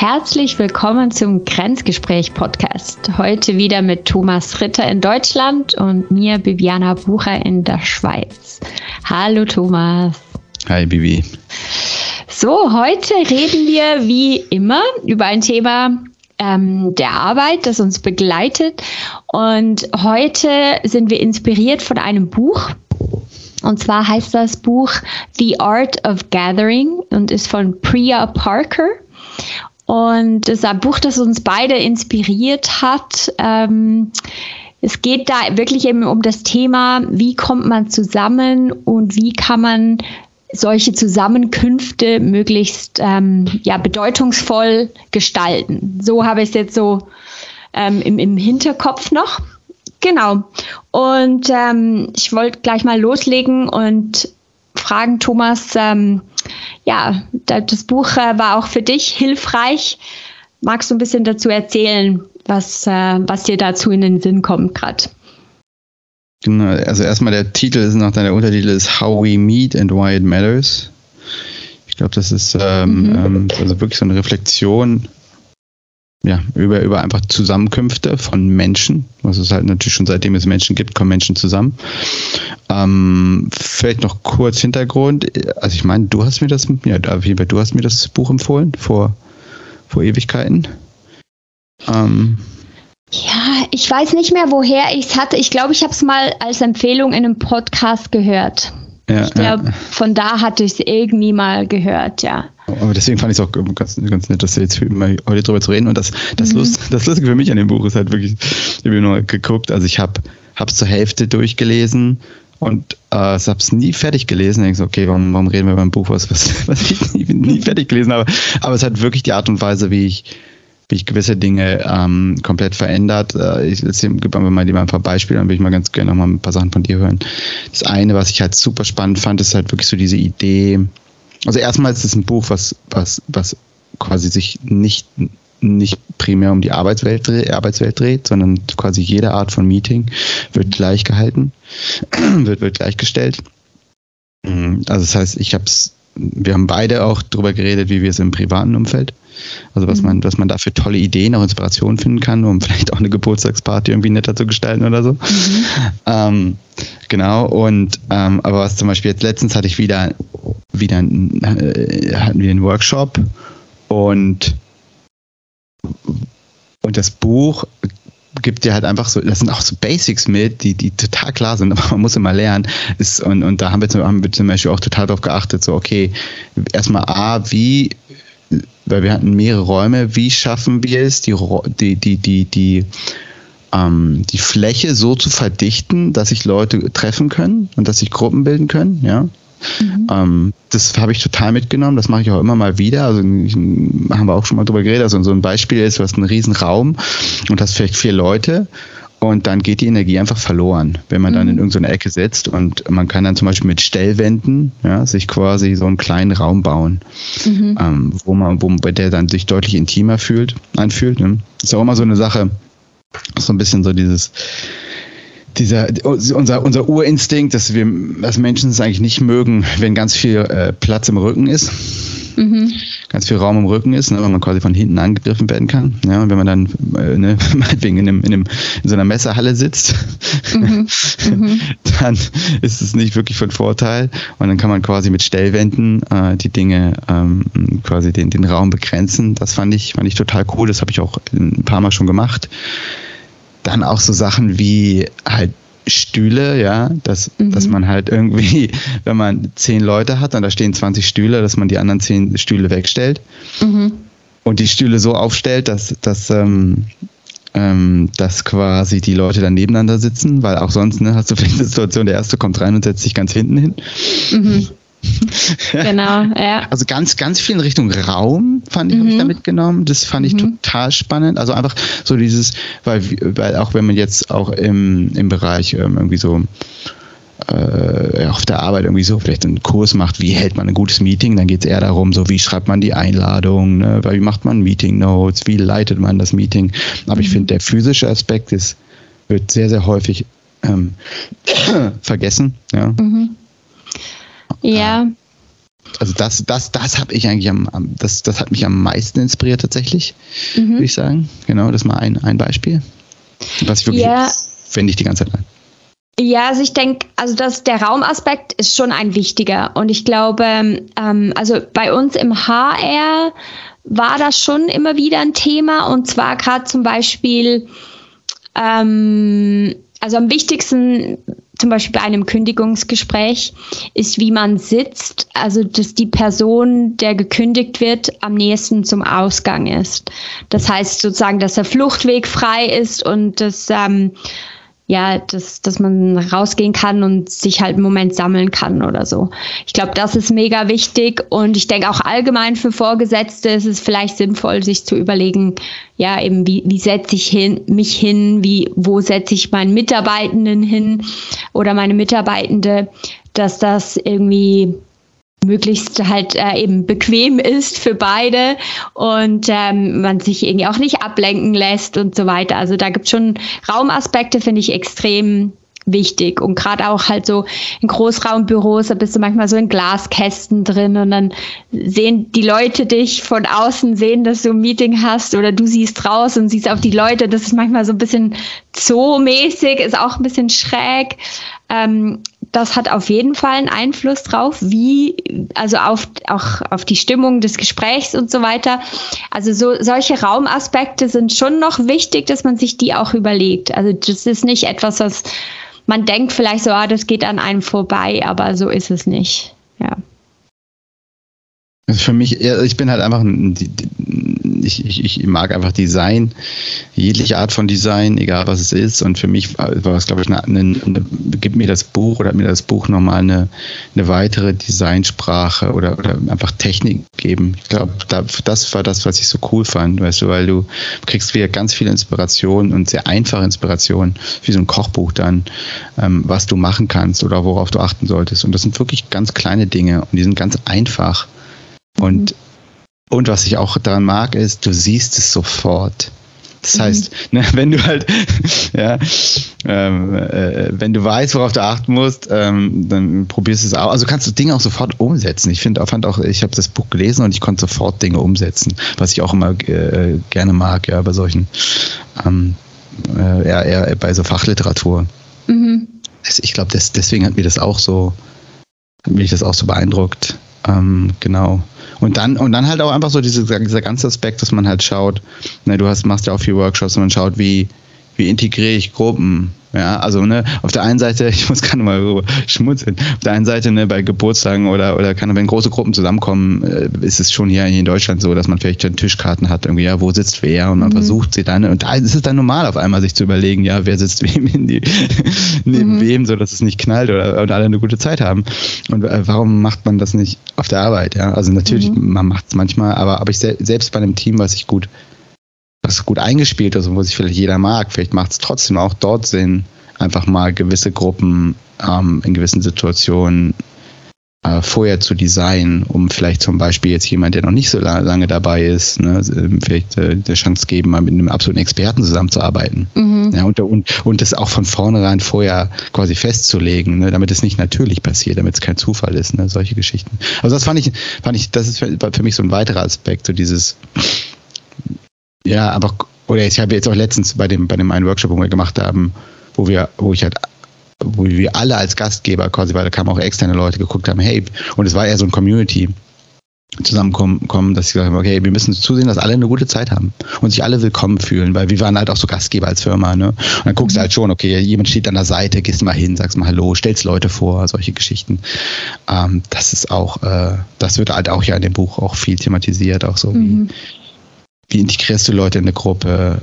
Herzlich willkommen zum Grenzgespräch-Podcast. Heute wieder mit Thomas Ritter in Deutschland und mir, Bibiana Bucher, in der Schweiz. Hallo Thomas. Hi Bibi. So, heute reden wir wie immer über ein Thema der Arbeit, das uns begleitet. Und heute sind wir inspiriert von einem Buch. Und zwar heißt das Buch The Art of Gathering und ist von Priya Parker. Und es ist ein Buch, das uns beide inspiriert hat. Es geht da wirklich eben um das Thema, wie kommt man zusammen und wie kann man solche Zusammenkünfte möglichst bedeutungsvoll gestalten. So habe ich es jetzt so im Hinterkopf noch. Genau. Und ich wollte gleich mal loslegen und fragen, Thomas, das Buch war auch für dich hilfreich. Magst du ein bisschen dazu erzählen, was dir dazu in den Sinn kommt gerade? Genau, also erstmal der Untertitel ist How We Meet and Why It Matters. Ich glaube, das ist also wirklich so eine Reflexion über einfach Zusammenkünfte von Menschen. Was es halt natürlich schon seitdem es Menschen gibt, kommen Menschen zusammen. Vielleicht noch kurz Hintergrund. Also ich meine, du hast mir das Buch empfohlen vor Ewigkeiten. Ja, ich weiß nicht mehr, woher ich es hatte. Ich glaube, ich habe es mal als Empfehlung in einem Podcast gehört. Ja, ich glaube, von da hatte ich es irgendwie mal gehört, ja. Aber deswegen fand ich es auch ganz nett, dass wir jetzt heute drüber zu reden. Und das Lustige für mich an dem Buch ist halt wirklich, ich habe nur geguckt, also ich habe es zur Hälfte durchgelesen und ich habe es nie fertig gelesen. Ich denke so, okay, warum reden wir über ein Buch, was ich nie fertig gelesen habe. Aber es hat wirklich die Art und Weise, wie ich gewisse Dinge komplett verändert. Ich gebe mal ein paar Beispiele, dann will ich mal ganz gerne noch mal ein paar Sachen von dir hören. Das eine, was ich halt super spannend fand, ist halt wirklich so diese Idee. Also erstmal ist es ein Buch, was quasi sich nicht primär um die Arbeitswelt dreht, sondern quasi jede Art von Meeting wird gleich gehalten, wird gleichgestellt. Also das heißt, wir haben beide auch darüber geredet, wie wir es im privaten Umfeld, also was man da für tolle Ideen, auch Inspirationen finden kann, um vielleicht auch eine Geburtstagsparty irgendwie netter zu gestalten oder so. Genau, und aber was zum Beispiel jetzt letztens hatten wir einen Workshop und das Buch gibt dir halt einfach so, das sind auch so Basics mit, die total klar sind, aber man muss immer lernen. Und da haben wir zum Beispiel auch total darauf geachtet, so okay, erstmal weil wir hatten mehrere Räume, wie schaffen wir es, die Fläche so zu verdichten, dass sich Leute treffen können und dass sich Gruppen bilden können, ja. Das habe ich total mitgenommen, das mache ich auch immer mal wieder, also haben wir auch schon mal drüber geredet, also so ein Beispiel ist, du hast einen riesen Raum und hast vielleicht 4 Leute und dann geht die Energie einfach verloren, wenn man dann in irgendeiner Ecke sitzt und man kann dann zum Beispiel mit Stellwänden sich quasi so einen kleinen Raum bauen, bei der dann sich deutlich intimer anfühlt. Ne? Das ist auch immer so eine Sache, so ein bisschen so unser Urinstinkt, dass wir als Menschen es eigentlich nicht mögen, wenn ganz viel Platz im Rücken ist, ganz viel Raum im Rücken ist, ne, weil man quasi von hinten angegriffen werden kann. Ja, und wenn man dann meinetwegen in so einer Messehalle sitzt, dann ist es nicht wirklich von Vorteil. Und dann kann man quasi mit Stellwänden die Dinge quasi den Raum begrenzen. Das fand ich total cool. Das habe ich auch ein paar Mal schon gemacht. Dann auch so Sachen wie halt Stühle, ja, dass man halt irgendwie, wenn man 10 Leute hat und da stehen 20 Stühle, dass man die anderen 10 Stühle wegstellt und die Stühle so aufstellt, dass quasi die Leute dann nebeneinander sitzen, weil auch sonst hast du vielleicht eine Situation, der Erste kommt rein und setzt sich ganz hinten hin. Genau, ja. Also ganz, ganz viel in Richtung Raum habe ich da mitgenommen. Das fand ich total spannend. Also einfach so dieses, weil auch wenn man jetzt auch im Bereich irgendwie so auf der Arbeit irgendwie so vielleicht einen Kurs macht, wie hält man ein gutes Meeting, dann geht es eher darum, so wie schreibt man die Einladung, ne? Wie macht man Meeting Notes, wie leitet man das Meeting. Aber ich finde, der physische Aspekt wird sehr, sehr häufig vergessen. Ja. Ja. also das habe ich eigentlich das hat mich am meisten inspiriert tatsächlich, würde ich sagen. Genau, das ist mal ein Beispiel, was ich wirklich wende ich die ganze Zeit ein. Ja, also ich denke, also der Raumaspekt ist schon ein wichtiger. Und ich glaube, also bei uns im HR war das schon immer wieder ein Thema. Und zwar gerade zum Beispiel, also am wichtigsten zum Beispiel bei einem Kündigungsgespräch ist, wie man sitzt. Also dass die Person, der gekündigt wird, am nächsten zum Ausgang ist. Das heißt sozusagen, dass der Fluchtweg frei ist und dass man rausgehen kann und sich halt einen Moment sammeln kann oder so. Ich glaube, das ist mega wichtig und ich denke auch allgemein für Vorgesetzte ist es vielleicht sinnvoll, sich zu überlegen, ja, eben wie setze ich mich hin, wo setze ich meinen Mitarbeitenden hin oder meine Mitarbeitende, dass das irgendwie möglichst halt eben bequem ist für beide und man sich irgendwie auch nicht ablenken lässt und so weiter. Also da gibt es schon Raumaspekte, finde ich extrem wichtig und gerade auch halt so in Großraumbüros, da bist du manchmal so in Glaskästen drin und dann sehen die Leute dich von außen, sehen, dass du ein Meeting hast oder du siehst raus und siehst auf die Leute, das ist manchmal so ein bisschen Zoo-mäßig, ist auch ein bisschen schräg. Das hat auf jeden Fall einen Einfluss drauf, also auch auf die Stimmung des Gesprächs und so weiter. Also solche Raumaspekte sind schon noch wichtig, dass man sich die auch überlegt. Also das ist nicht etwas, was man denkt vielleicht so, das geht an einem vorbei, aber so ist es nicht. Ja. Also für mich, ich bin halt einfach ich mag einfach Design, jegliche Art von Design, egal was es ist. Und für mich war es, glaube ich, gibt mir das Buch oder hat mir das Buch nochmal eine weitere Designsprache oder einfach Technik geben. Ich glaube, das war das, was ich so cool fand, weißt du, weil du kriegst wieder ganz viel Inspiration und sehr einfache Inspiration, wie so ein Kochbuch dann, was du machen kannst oder worauf du achten solltest. Und das sind wirklich ganz kleine Dinge und die sind ganz einfach. Und was ich auch daran mag, ist, du siehst es sofort. Das heißt, wenn du halt, wenn du weißt, worauf du achten musst, dann probierst du es auch. Also kannst du Dinge auch sofort umsetzen. Ich habe das Buch gelesen und ich konnte sofort Dinge umsetzen, was ich auch immer gerne mag, ja, bei solchen, eher bei so Fachliteratur. Ich glaube, deswegen hat mich das auch so beeindruckt. Genau. Und dann halt auch einfach so dieser ganze Aspekt, dass man halt schaut, machst ja auch viel Workshops und man schaut, wie integriere ich Gruppen. Ja, also auf der einen Seite, ich muss gerade mal schmunzeln, auf der einen Seite bei Geburtstagen oder wenn große Gruppen zusammenkommen, ist es schon hier in Deutschland so, dass man vielleicht Tischkarten hat, irgendwie, ja, wo sitzt wer und man versucht sie dann, und da ist es dann normal auf einmal, sich zu überlegen, ja, wer sitzt wem neben wem, so dass es nicht knallt oder alle eine gute Zeit haben. Und warum macht man das nicht auf der Arbeit? Ja, also natürlich, man macht es manchmal, aber ich selbst bei einem Team, was gut eingespielt ist und wo sich vielleicht jeder mag, vielleicht macht es trotzdem auch dort Sinn, einfach mal gewisse Gruppen in gewissen Situationen vorher zu designen, um vielleicht zum Beispiel jetzt jemand, der noch nicht so lange dabei ist, vielleicht der Chance geben, mal mit einem absoluten Experten zusammenzuarbeiten. Ja, und das auch von vornherein vorher quasi festzulegen, damit es nicht natürlich passiert, damit es kein Zufall ist, solche Geschichten. Also das fand ich, das ist für mich so ein weiterer Aspekt, so dieses. Ja, aber, oder ich habe jetzt auch letztens bei dem einen Workshop, wo wir gemacht haben, wo wir alle als Gastgeber quasi, weil da kamen auch externe Leute, geguckt haben, hey, und es war eher so ein Community zusammenkommen, dass ich gesagt habe, okay, wir müssen zusehen, dass alle eine gute Zeit haben und sich alle willkommen fühlen, weil wir waren halt auch so Gastgeber als Firma, ne? Und dann guckst du halt schon, okay, jemand steht an der Seite, gehst mal hin, sagst mal Hallo, stellst Leute vor, solche Geschichten. Das ist auch, das wird halt auch ja in dem Buch auch viel thematisiert, auch so wie integrierst du Leute in eine Gruppe?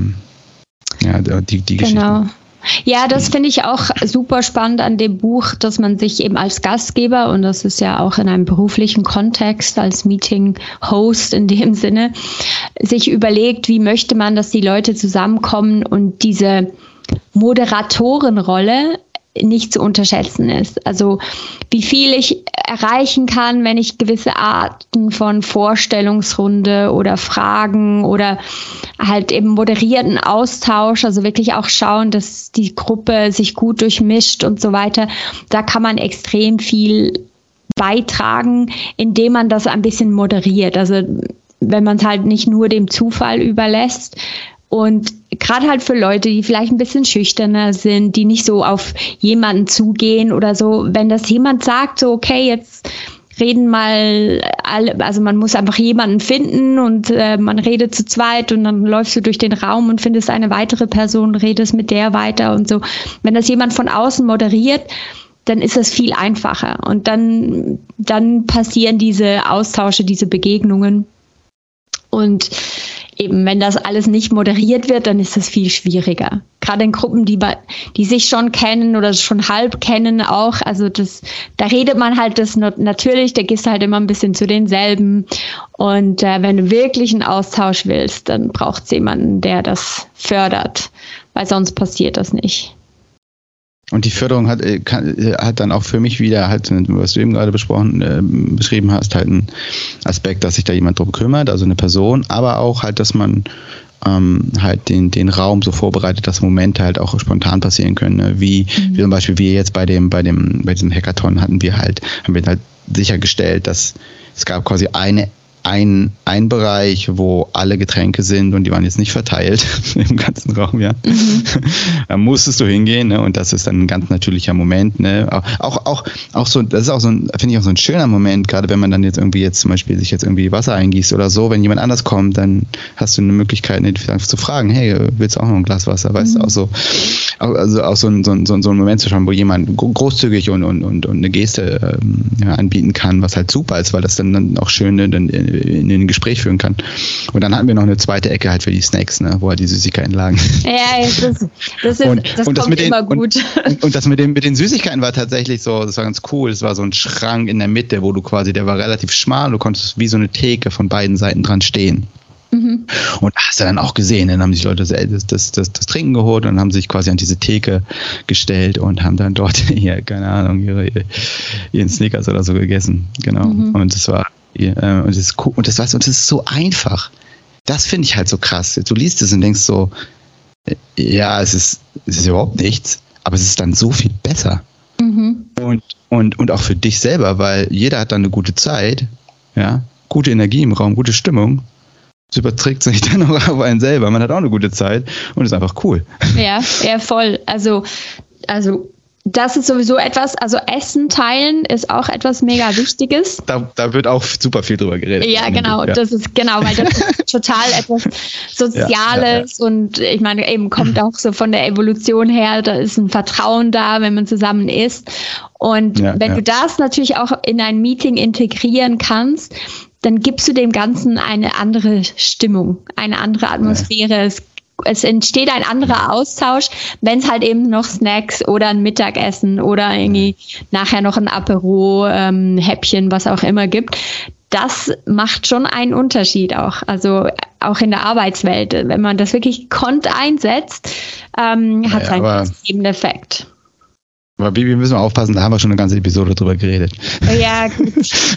Die Geschichten. Genau. Ja, das finde ich auch super spannend an dem Buch, dass man sich eben als Gastgeber, und das ist ja auch in einem beruflichen Kontext, als Meeting-Host in dem Sinne, sich überlegt, wie möchte man, dass die Leute zusammenkommen und diese Moderatorenrolle nicht zu unterschätzen ist. Also wie viel ich erreichen kann, wenn ich gewisse Arten von Vorstellungsrunde oder Fragen oder halt eben moderierten Austausch, also wirklich auch schauen, dass die Gruppe sich gut durchmischt und so weiter. Da kann man extrem viel beitragen, indem man das ein bisschen moderiert. Also wenn man es halt nicht nur dem Zufall überlässt. Und gerade halt für Leute, die vielleicht ein bisschen schüchterner sind, die nicht so auf jemanden zugehen oder so, wenn das jemand sagt, so okay, jetzt reden mal alle, also man muss einfach jemanden finden und man redet zu zweit und dann läufst du durch den Raum und findest eine weitere Person, redest mit der weiter und so. Wenn das jemand von außen moderiert, dann ist es viel einfacher und dann passieren diese Austausche, diese Begegnungen. Und eben, wenn das alles nicht moderiert wird, dann ist das viel schwieriger. Gerade in Gruppen, die sich schon kennen oder schon halb kennen auch. Also da redet man halt das natürlich, da gehst du halt immer ein bisschen zu denselben. Und wenn du wirklich einen Austausch willst, dann braucht es jemanden, der das fördert, weil sonst passiert das nicht. Und die Förderung hat dann auch für mich wieder halt, was du eben gerade beschrieben hast, halt einen Aspekt, dass sich da jemand drum kümmert, also eine Person, aber auch halt, dass man halt den Raum so vorbereitet, dass Momente halt auch spontan passieren können. Ne? Wie zum Beispiel wir jetzt bei diesem Hackathon haben wir halt sichergestellt, dass es gab quasi ein Bereich, wo alle Getränke sind und die waren jetzt nicht verteilt im ganzen Raum, ja. Da musstest du hingehen, ne? Und das ist dann ein ganz natürlicher Moment, ne? Auch so, das ist auch so finde ich auch so ein schöner Moment, gerade wenn man dann zum Beispiel sich jetzt irgendwie Wasser eingießt oder so, wenn jemand anders kommt, dann hast du eine Möglichkeit, einfach zu fragen, hey, willst du auch noch ein Glas Wasser? Weißt du, auch so, also auch so ein Moment zu schauen, wo jemand großzügig und eine Geste anbieten kann, was halt super ist, weil das dann auch schön dann in ein Gespräch führen kann. Und dann hatten wir noch eine zweite Ecke halt für die Snacks, ne, wo halt die Süßigkeiten lagen. Ja, das kommt immer gut. Und das mit den Süßigkeiten war tatsächlich so, das war ganz cool. Es war so ein Schrank in der Mitte, wo der war relativ schmal, du konntest wie so eine Theke von beiden Seiten dran stehen. Und hast du dann auch gesehen, dann haben sich Leute das Trinken geholt und haben sich quasi an diese Theke gestellt und haben dann dort hier, keine Ahnung, ihren Snickers oder so gegessen. Genau. Und das war und das ist so einfach. Das finde ich halt so krass. Du liest es und denkst so, ja, es ist überhaupt nichts, aber es ist dann so viel besser. Und auch für dich selber, weil jeder hat dann eine gute Zeit, ja, gute Energie im Raum, gute Stimmung. Das überträgt sich dann auch auf einen selber. Man hat auch eine gute Zeit und ist einfach cool. Ja, voll. Also das ist sowieso etwas, also Essen teilen ist auch etwas mega Wichtiges. Da wird auch super viel drüber geredet. Ja, genau. Ja. Das ist weil das ist total etwas Soziales und ich meine, eben kommt auch so von der Evolution her, da ist ein Vertrauen da, wenn man zusammen isst. Und wenn du das natürlich auch in ein Meeting integrieren kannst, dann gibst du dem Ganzen eine andere Stimmung, eine andere Atmosphäre. Es entsteht ein anderer Austausch, wenn es halt eben noch Snacks oder ein Mittagessen oder irgendwie nachher noch ein Apero, Häppchen, was auch immer gibt. Das macht schon einen Unterschied auch. Also auch in der Arbeitswelt. Wenn man das wirklich gekonnt einsetzt, hat es einen positiven Effekt. Aber Bibi, müssen wir aufpassen, da haben wir schon eine ganze Episode drüber geredet. Ja, gut.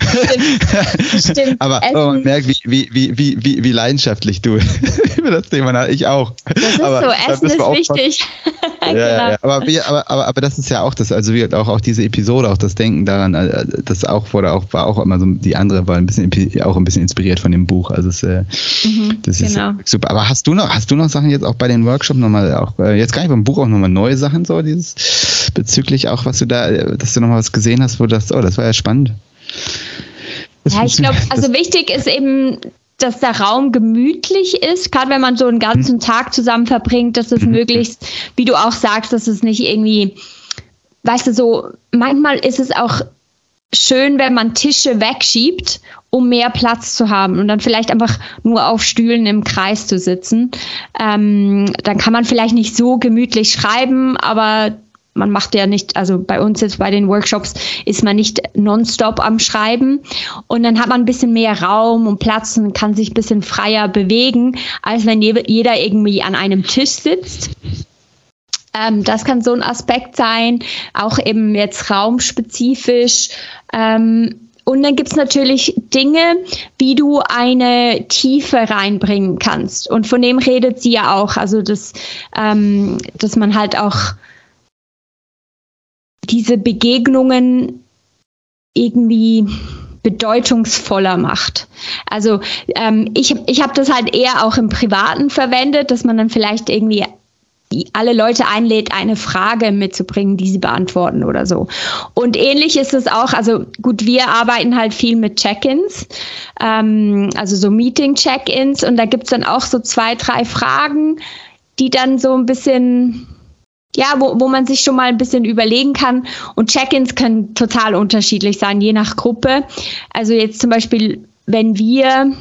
Stimmt. Aber man merkt, wie leidenschaftlich du über das Thema, ich auch. Das ist aber so, Essen ist wichtig. Ja, aber das ist ja auch das, also wie auch diese Episode, auch das Denken daran, das war auch immer so, die andere war ein bisschen inspiriert von dem Buch. Also das ist super. Aber hast du noch Sachen jetzt auch bei den Workshops nochmal, auch jetzt gar nicht beim Buch, auch nochmal neue Sachen, so dieses bezüglich auch, was du dass du nochmal was gesehen hast, wo das war ja spannend. Ich glaube, also wichtig ist eben, dass der Raum gemütlich ist, gerade wenn man so einen ganzen Tag zusammen verbringt, dass es möglichst, wie du auch sagst, dass es nicht irgendwie, weißt du, so, manchmal ist es auch schön, wenn man Tische wegschiebt, um mehr Platz zu haben und dann vielleicht einfach nur auf Stühlen im Kreis zu sitzen. Dann kann man vielleicht nicht so gemütlich schreiben, aber man macht ja nicht, also bei uns jetzt bei den Workshops ist man nicht nonstop am Schreiben und dann hat man ein bisschen mehr Raum und Platz und kann sich ein bisschen freier bewegen, als wenn jeder irgendwie an einem Tisch sitzt. Das kann so ein Aspekt sein, auch eben jetzt raumspezifisch. Und dann gibt's natürlich Dinge, wie du eine Tiefe reinbringen kannst. Und von dem redet sie ja auch, also dass man halt auch diese Begegnungen irgendwie bedeutungsvoller macht. Also ich habe das halt eher auch im Privaten verwendet, dass man dann vielleicht irgendwie alle Leute einlädt, eine Frage mitzubringen, die sie beantworten oder so. Und ähnlich ist es auch, also gut, wir arbeiten halt viel mit Check-ins, also so Meeting-Check-ins, und da gibt's dann auch so 2, 3 Fragen, die dann so ein bisschen, ja, wo man sich schon mal ein bisschen überlegen kann. Und Check-ins können total unterschiedlich sein, je nach Gruppe. Also jetzt zum Beispiel, wenn wir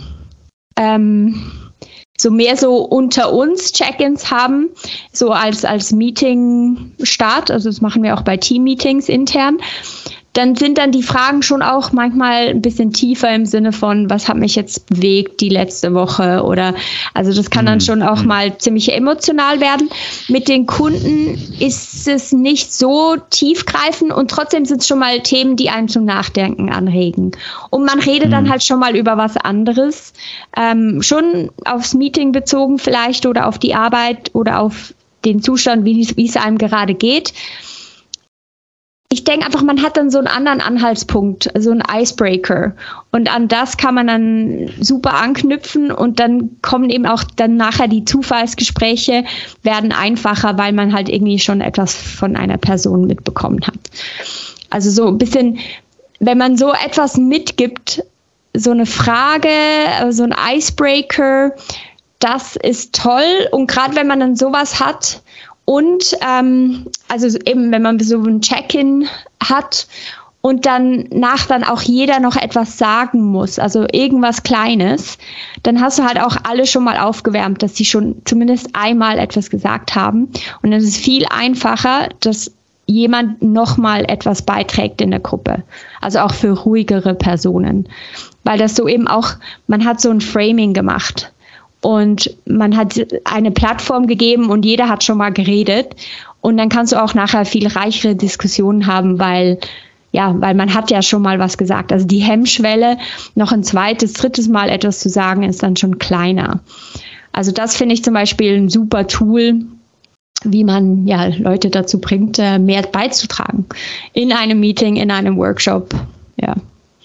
so mehr so unter uns Check-ins haben, so als Meeting-Start, also das machen wir auch bei Team-Meetings intern, dann sind dann die Fragen schon auch manchmal ein bisschen tiefer im Sinne von, was hat mich jetzt bewegt die letzte Woche, oder, also das kann dann schon auch mal ziemlich emotional werden. Mit den Kunden ist es nicht so tiefgreifend und trotzdem sind es schon mal Themen, die einen zum Nachdenken anregen. Und man redet dann halt schon mal über was anderes, schon aufs Meeting bezogen vielleicht oder auf die Arbeit oder auf den Zustand, wie es einem gerade geht. Ich denke einfach, man hat dann so einen anderen Anhaltspunkt, so einen Icebreaker. Und an das kann man dann super anknüpfen und dann kommen eben auch dann nachher die Zufallsgespräche, werden einfacher, weil man halt irgendwie schon etwas von einer Person mitbekommen hat. Also so ein bisschen, wenn man so etwas mitgibt, so eine Frage, so ein Icebreaker, das ist toll. Und gerade wenn man dann sowas hat, und also eben, wenn man so ein Check-in hat und dann auch jeder noch etwas sagen muss, also irgendwas Kleines, dann hast du halt auch alle schon mal aufgewärmt, dass sie schon zumindest einmal etwas gesagt haben. Und dann ist es viel einfacher, dass jemand nochmal etwas beiträgt in der Gruppe. Also auch für ruhigere Personen. Weil das so eben auch, man hat so ein Framing gemacht. Und man hat eine Plattform gegeben und jeder hat schon mal geredet. Und dann kannst du auch nachher viel reichere Diskussionen haben, weil man hat ja schon mal was gesagt. Also die Hemmschwelle, noch ein 2., 3. Mal etwas zu sagen, ist dann schon kleiner. Also das finde ich zum Beispiel ein super Tool, wie man ja Leute dazu bringt, mehr beizutragen. In einem Meeting, in einem Workshop, ja.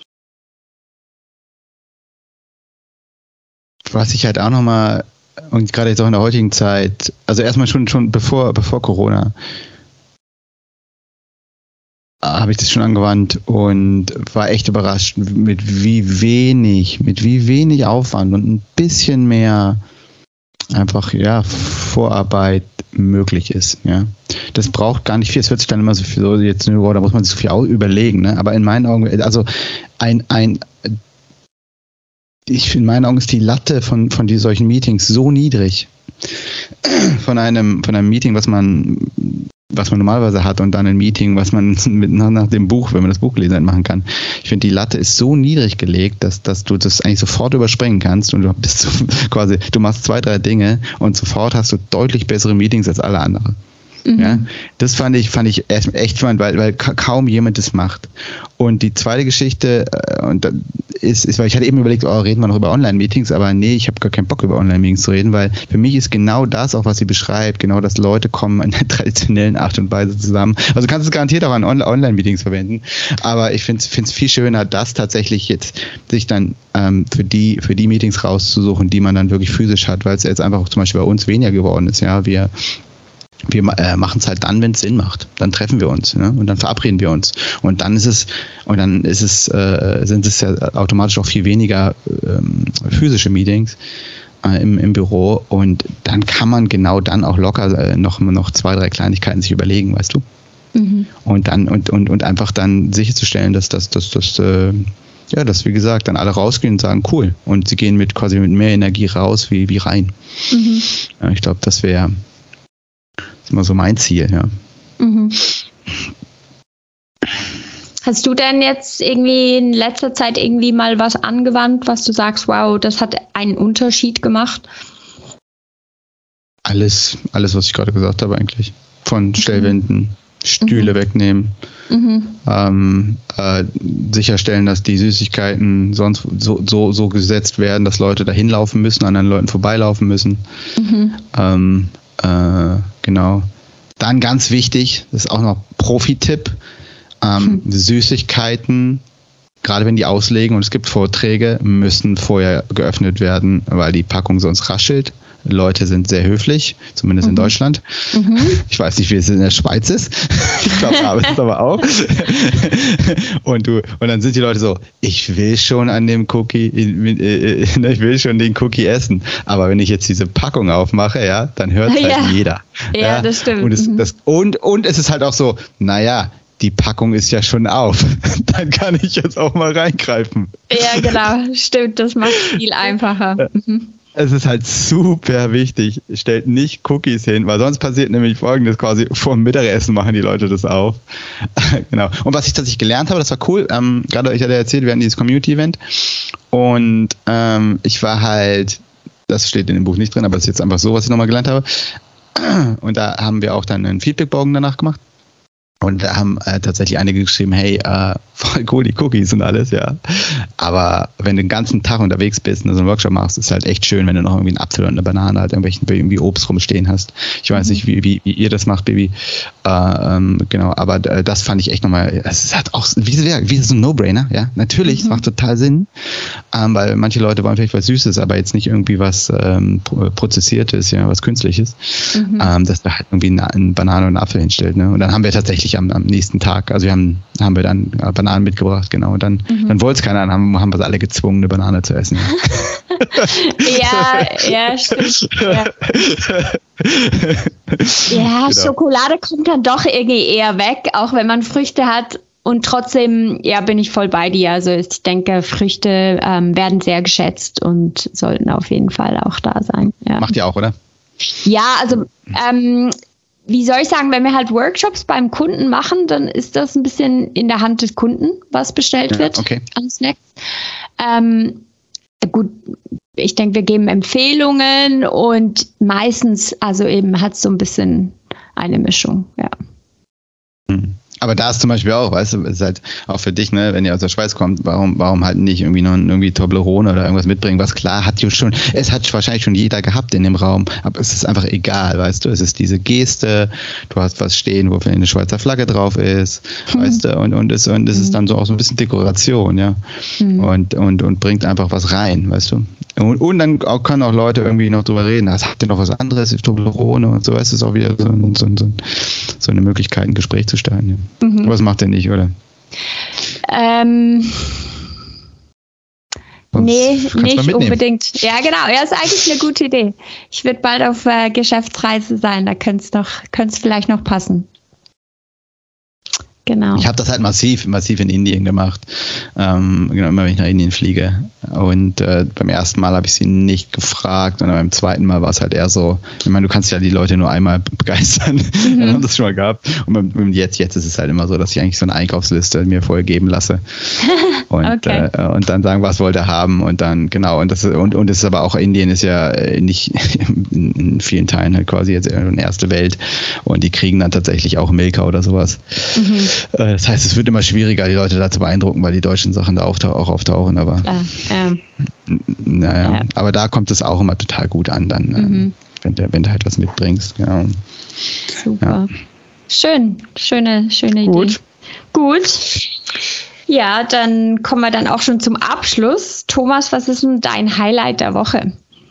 Was ich halt auch nochmal, und gerade jetzt auch in der heutigen Zeit, also erstmal schon bevor Corona, habe ich das schon angewandt und war echt überrascht, mit wie wenig Aufwand und ein bisschen mehr einfach, ja, Vorarbeit möglich ist, ja. Das braucht gar nicht viel, es hört sich dann immer so viel, so jetzt, wow, da muss man sich so viel überlegen, ne? Aber in meinen Augen, also in meinen Augen ist die Latte von solchen Meetings so niedrig. Von einem Meeting, was man normalerweise hat, und dann ein Meeting, was man nach dem Buch, wenn man das Buch gelesen hat, machen kann. Ich finde, die Latte ist so niedrig gelegt, dass du das eigentlich sofort überspringen kannst und du machst 2, 3 Dinge und sofort hast du deutlich bessere Meetings als alle anderen. Ja, das fand ich echt spannend, weil kaum jemand das macht. Und die zweite Geschichte, ist, weil ich hatte eben überlegt, reden wir noch über Online-Meetings, aber nee, ich habe gar keinen Bock, über Online-Meetings zu reden, weil für mich ist genau das auch, was sie beschreibt, genau, dass Leute kommen in der traditionellen Art und Weise zusammen. Also kannst du es garantiert auch an Online-Meetings verwenden, aber ich finde es viel schöner, das tatsächlich jetzt sich dann für die Meetings rauszusuchen, die man dann wirklich physisch hat, weil es jetzt einfach auch zum Beispiel bei uns weniger geworden ist. Ja, wir machen es halt dann, wenn es Sinn macht. Dann treffen wir uns, ne? Und dann verabreden wir uns. Und dann sind es ja automatisch auch viel weniger physische Meetings im Büro. Und dann kann man genau dann auch locker noch 2, 3 Kleinigkeiten sich überlegen, weißt du? Und dann und einfach dann sicherzustellen, dass wie gesagt, dann alle rausgehen und sagen, cool. Und sie gehen mit mehr Energie raus wie rein. Ja, ich glaube, das wäre immer so mein Ziel, ja. Hast du denn jetzt irgendwie in letzter Zeit irgendwie mal was angewandt, was du sagst, wow, das hat einen Unterschied gemacht? Alles, was ich gerade gesagt habe eigentlich. Von Stellwänden, Stühle wegnehmen, sicherstellen, dass die Süßigkeiten sonst so gesetzt werden, dass Leute da hinlaufen müssen, anderen Leuten vorbeilaufen müssen. Genau. Dann ganz wichtig, das ist auch noch Profi-Tipp, Süßigkeiten gerade wenn die auslegen und es gibt Vorträge, müssen vorher geöffnet werden, weil die Packung sonst raschelt. Leute sind sehr höflich, zumindest in Deutschland. Ich weiß nicht, wie es in der Schweiz ist. Ich glaube, da ist es aber auch. Und dann sind die Leute so, ich will schon an dem Cookie, ich will schon den Cookie essen. Aber wenn ich jetzt diese Packung aufmache, ja, dann hört es halt jeder. Ja, das stimmt. Und es ist halt auch so, naja, die Packung ist ja schon auf. Dann kann ich jetzt auch mal reingreifen. Ja, genau. Stimmt, das macht es viel einfacher. Es ist halt super wichtig, stellt nicht Cookies hin, weil sonst passiert nämlich Folgendes, quasi vor dem Mittagessen machen die Leute das auf. Genau. Und was ich tatsächlich gelernt habe, das war cool, gerade ich hatte erzählt, wir hatten dieses Community-Event und ich war halt, das steht in dem Buch nicht drin, aber das ist jetzt einfach so, was ich nochmal gelernt habe. Und da haben wir auch dann einen Feedbackbogen danach gemacht. Und da haben tatsächlich einige geschrieben, hey, voll cool die Cookies und alles, ja. Aber wenn du den ganzen Tag unterwegs bist und so einen Workshop machst, ist es halt echt schön, wenn du noch irgendwie einen Apfel und eine Banane halt irgendwie Obst rumstehen hast. Ich weiß nicht, wie ihr das macht, Baby. Genau, aber das fand ich echt nochmal, es ist halt auch wie so ein No-Brainer, ja. Natürlich, es macht total Sinn, weil manche Leute wollen vielleicht was Süßes, aber jetzt nicht irgendwie was Prozessiertes, ja, was Künstliches, dass da halt irgendwie eine Banane und einen Apfel hinstellt, ne. Und dann haben wir tatsächlich am nächsten Tag, also haben wir dann Bananen mitgebracht, genau, und dann wollte es keiner, dann haben wir alle gezwungen, eine Banane zu essen. Ja, stimmt. Ja, genau. Schokolade kommt dann doch irgendwie eher weg, auch wenn man Früchte hat. Und trotzdem, ja, bin ich voll bei dir. Also ich denke, Früchte werden sehr geschätzt und sollten auf jeden Fall auch da sein. Ja. Macht ihr auch, oder? Ja, also wie soll ich sagen, wenn wir halt Workshops beim Kunden machen, dann ist das ein bisschen in der Hand des Kunden, was bestellt wird an Snacks. Gut, ich denke, wir geben Empfehlungen und meistens, also eben hat es so ein bisschen eine Mischung, ja. Aber da ist zum Beispiel auch, weißt du, ist halt auch für dich, ne, wenn ihr aus der Schweiz kommt, warum halt nicht irgendwie noch irgendwie Toblerone oder irgendwas mitbringen, was klar es hat wahrscheinlich schon jeder gehabt in dem Raum, aber es ist einfach egal, weißt du, es ist diese Geste, du hast was stehen, wo eine Schweizer Flagge drauf ist, weißt du, und es ist dann so auch so ein bisschen Dekoration, ja, und bringt einfach was rein, weißt du. Und dann können auch Leute irgendwie noch drüber reden, habt ihr noch was anderes, Toblerone und so, es ist auch wieder so eine Möglichkeit, ein Gespräch zu starten, ja. Aber das macht er nicht, oder? Nee, nicht unbedingt. Ja, genau. Ja, ist eigentlich eine gute Idee. Ich würde bald auf Geschäftsreise sein, da könnte es vielleicht noch passen. Genau. Ich habe das halt massiv in Indien gemacht. Genau, immer wenn ich nach Indien fliege. Und beim ersten Mal habe ich sie nicht gefragt und beim zweiten Mal war es halt eher so, ich meine, du kannst ja die Leute nur einmal begeistern. Dann haben das schon mal gehabt. Und jetzt ist es halt immer so, dass ich eigentlich so eine Einkaufsliste mir vorher geben lasse. Und, und dann sagen, was wollt ihr haben und dann, genau, und das ist aber auch, Indien ist ja nicht in vielen Teilen halt quasi jetzt eine erste Welt und die kriegen dann tatsächlich auch Milka oder sowas. Das heißt, es wird immer schwieriger, die Leute da zu beeindrucken, weil die deutschen Sachen da auch auftauchen, aber naja, aber da kommt es auch immer total gut an dann, wenn du halt was mitbringst. Genau. Super. Ja. Schöne Idee. Gut. Ja, dann kommen wir dann auch schon zum Abschluss. Thomas, was ist denn dein Highlight der Woche?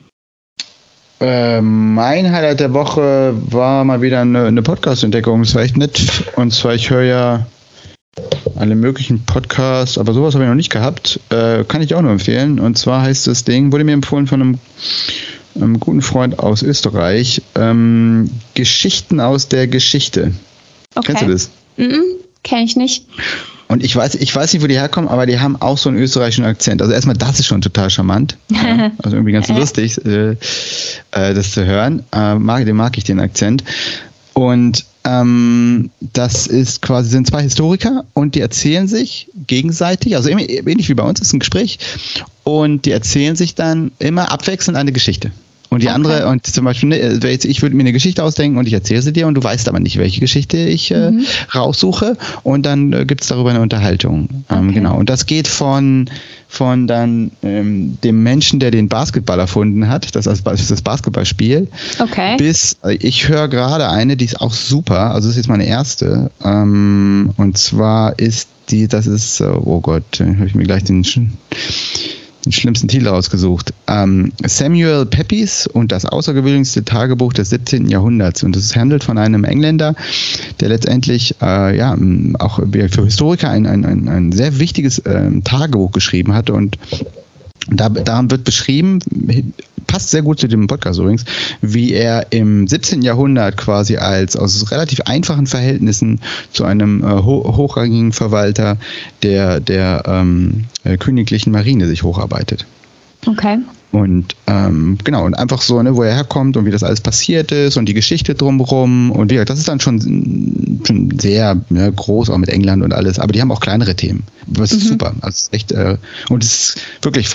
Mein Highlight der Woche war mal wieder eine Podcast-Entdeckung. Das war echt nett. Und zwar, ich höre ja alle möglichen Podcasts, aber sowas habe ich noch nicht gehabt. Kann ich auch nur empfehlen. Und zwar heißt das Ding, wurde mir empfohlen von einem guten Freund aus Österreich, Geschichten aus der Geschichte. Okay. Kennst du das? Kenn ich nicht. Und ich weiß nicht, wo die herkommen, aber die haben auch so einen österreichischen Akzent. Also erstmal, das ist schon total charmant. Ja, also irgendwie ganz lustig, das zu hören. Den mag ich, den Akzent. Und das ist quasi, sind zwei Historiker und die erzählen sich gegenseitig, also ähnlich wie bei uns, ist ein Gespräch. Und die erzählen sich dann immer abwechselnd eine Geschichte. Und die andere, und zum Beispiel, ich würde mir eine Geschichte ausdenken und ich erzähle sie dir und du weißt aber nicht, welche Geschichte ich raussuche und dann gibt es darüber eine Unterhaltung. Genau. Und das geht von dann dem Menschen, der den Basketball erfunden hat, das Basketballspiel, bis, ich höre gerade eine, die ist auch super, also das ist jetzt meine erste, und zwar ist das ist, oh Gott, habe ich mir gleich den schlimmsten Titel rausgesucht. Samuel Pepys und das außergewöhnlichste Tagebuch des 17. Jahrhunderts. Und es handelt von einem Engländer, der letztendlich auch für Historiker ein sehr wichtiges Tagebuch geschrieben hatte. Und daran wird beschrieben, passt sehr gut zu dem Podcast übrigens, wie er im 17. Jahrhundert quasi aus relativ einfachen Verhältnissen zu einem hochrangigen Verwalter der königlichen Marine sich hocharbeitet. Okay. Und und einfach so, wo er herkommt und wie das alles passiert ist und die Geschichte drumherum. Und wie gesagt, das ist dann schon sehr groß, auch mit England und alles. Aber die haben auch kleinere Themen. Das ist super. Also echt, und es ist wirklich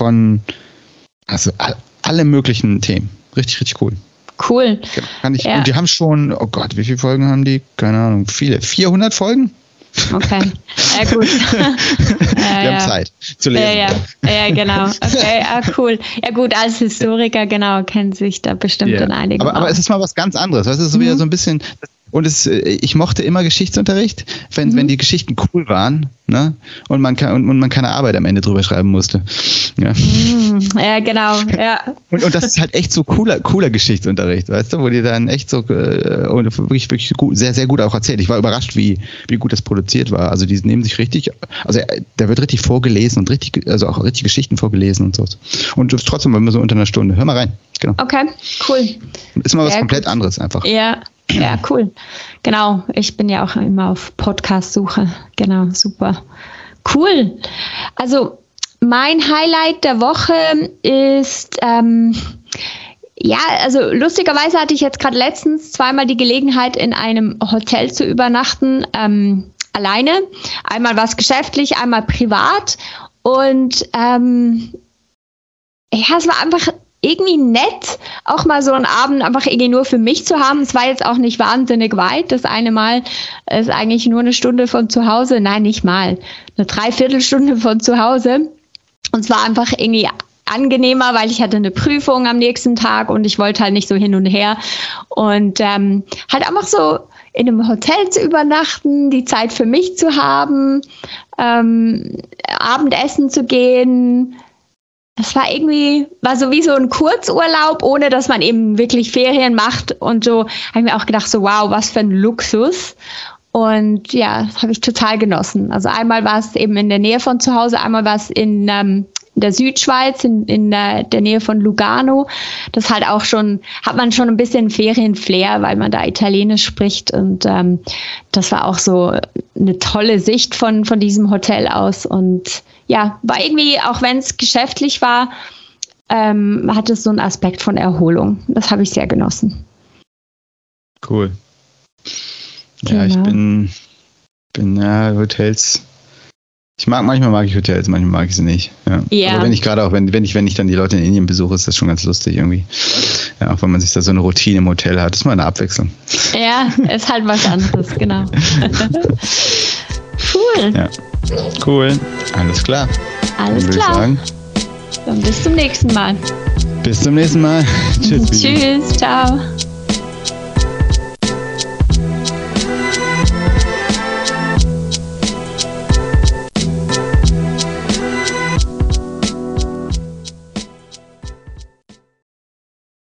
alle möglichen Themen. Richtig, richtig cool. Cool. Und die haben schon, oh Gott, wie viele Folgen haben die? Keine Ahnung, viele. 400 Folgen? Okay, ja gut. Wir haben Zeit zu lesen. Ja, genau. Okay, cool. Ja gut, als Historiker, genau, kennen sich da bestimmt in einigen. Aber es ist mal was ganz anderes. Das ist so wieder so ein bisschen... Und ich mochte immer Geschichtsunterricht, wenn die Geschichten cool waren, ne? Und man keine Arbeit am Ende drüber schreiben musste. Ja, ja genau. Ja. Und das ist halt echt so cooler Geschichtsunterricht, weißt du, wo die dann echt so und wirklich, wirklich gut, sehr, sehr gut auch erzählt. Ich war überrascht, wie gut das produziert war. Also die nehmen sich richtig, also da wird richtig vorgelesen und auch richtig Geschichten vorgelesen und so. Und das ist trotzdem immer so unter einer Stunde. Hör mal rein. Genau. Okay, cool. Ist mal was komplett anderes einfach. Ja, cool. Genau, ich bin ja auch immer auf Podcast-Suche. Genau, super. Cool. Also mein Highlight der Woche ist, also lustigerweise hatte ich jetzt gerade letztens zweimal die Gelegenheit, in einem Hotel zu übernachten, alleine. Einmal was geschäftlich, einmal privat. Und es war einfach irgendwie nett, auch mal so einen Abend einfach irgendwie nur für mich zu haben. Es war jetzt auch nicht wahnsinnig weit. Das eine Mal ist eigentlich nur eine Stunde von zu Hause. Nein, nicht mal. Eine Dreiviertelstunde von zu Hause. Und es war einfach irgendwie angenehmer, weil ich hatte eine Prüfung am nächsten Tag und ich wollte halt nicht so hin und her. Und halt einfach so in einem Hotel zu übernachten, die Zeit für mich zu haben, Abendessen zu gehen. Das war so wie so ein Kurzurlaub, ohne dass man eben wirklich Ferien macht. Und so habe ich mir auch gedacht, so wow, was für ein Luxus. Und ja, das habe ich total genossen. Also einmal war es eben in der Nähe von zu Hause, einmal war es in der Südschweiz, in der Nähe von Lugano. Das halt auch hat man schon ein bisschen Ferienflair, weil man da Italienisch spricht. Und das war auch so eine tolle Sicht von diesem Hotel aus. Und ja, war irgendwie, auch wenn es geschäftlich war, hat es so einen Aspekt von Erholung. Das habe ich sehr genossen. Cool. Ja, genau. Ich bin Hotels. Manchmal mag ich Hotels, manchmal mag ich sie nicht. Ja. Aber wenn ich dann die Leute in Indien besuche, ist das schon ganz lustig irgendwie. Ja, auch wenn man sich da so eine Routine im Hotel hat, ist mal eine Abwechslung. Ja, ist halt was anderes, genau. Cool. Ja. Cool. Alles klar. Alles klar. Sagen. Dann bis zum nächsten Mal. Bis zum nächsten Mal. Tschüss. Tschüss. Ciao.